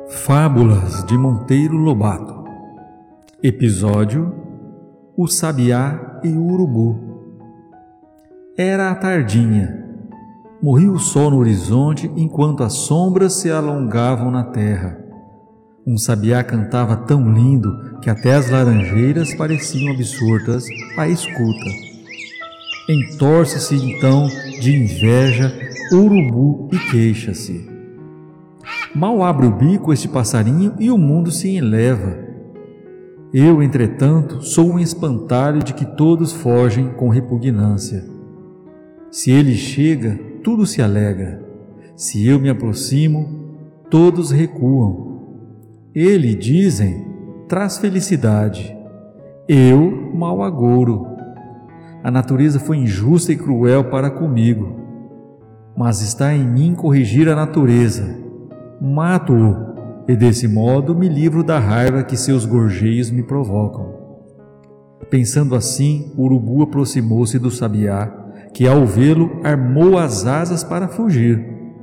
Fábulas de Monteiro Lobato. Episódio: O Sabiá e o Urubu. Era a tardinha. Morria o sol no horizonte enquanto as sombras se alongavam na terra. Um sabiá cantava tão lindo que até as laranjeiras pareciam absortas à escuta. Entorce-se então de inveja o urubu e queixa-se. Mal abre o bico este passarinho e o mundo se enleva. Eu, entretanto, sou um espantalho de que todos fogem com repugnância. Se ele chega, tudo se alegra. Se eu me aproximo, todos recuam. Ele, dizem, traz felicidade. Eu mal agouro. A natureza foi injusta e cruel para comigo. Mas está em mim corrigir a natureza. Mato-o, e desse modo me livro da raiva que seus gorjeios me provocam. Pensando assim, o urubu aproximou-se do sabiá, que ao vê-lo armou as asas para fugir.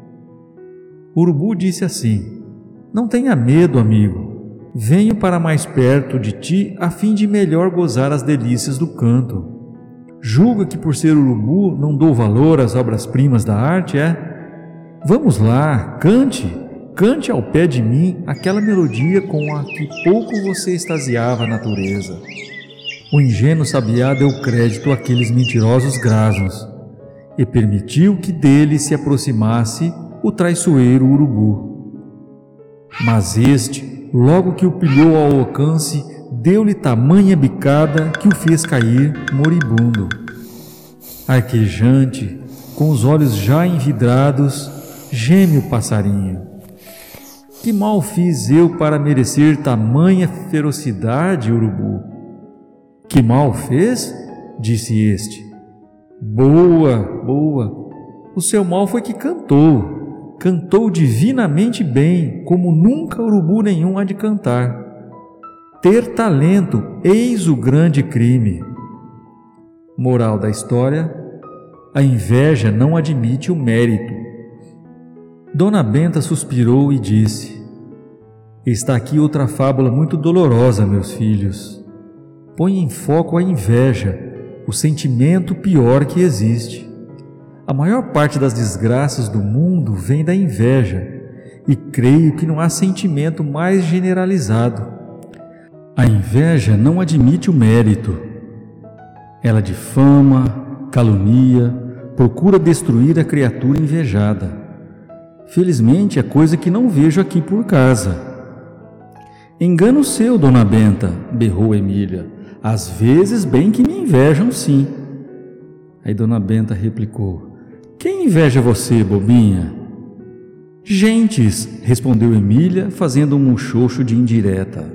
O urubu disse assim: "Não tenha medo, amigo. Venho para mais perto de ti a fim de melhor gozar as delícias do canto. Julga que por ser urubu não dou valor às obras-primas da arte, é? Vamos lá, cante! Cante ao pé de mim aquela melodia com a que pouco você extasiava a natureza." O ingênuo sabiá deu crédito àqueles mentirosos grasnos e permitiu que dele se aproximasse o traiçoeiro urubu. Mas este, logo que o pilhou ao alcance, deu-lhe tamanha bicada que o fez cair moribundo. Arquejante, com os olhos já envidrados, geme o passarinho. "Que mal fiz eu para merecer tamanha ferocidade, urubu?" "Que mal fez?" disse este. Boa. O seu mal foi que cantou divinamente bem, como nunca urubu nenhum há de cantar. Ter talento, eis o grande crime. Moral da história: a inveja não admite o mérito. Dona Benta suspirou e disse: "Está aqui outra fábula muito dolorosa, meus filhos. Põe em foco a inveja, o sentimento pior que existe. A maior parte das desgraças do mundo vem da inveja, e creio que não há sentimento mais generalizado. A inveja não admite o mérito. Ela difama, calunia, procura destruir a criatura invejada. Felizmente é coisa que não vejo aqui por casa." "Engano seu, Dona Benta", berrou Emília. "Às vezes bem que me invejam, sim." Aí Dona Benta replicou: "Quem inveja você, bobinha?" "Gentes", respondeu Emília, fazendo um muxoxo de indireta.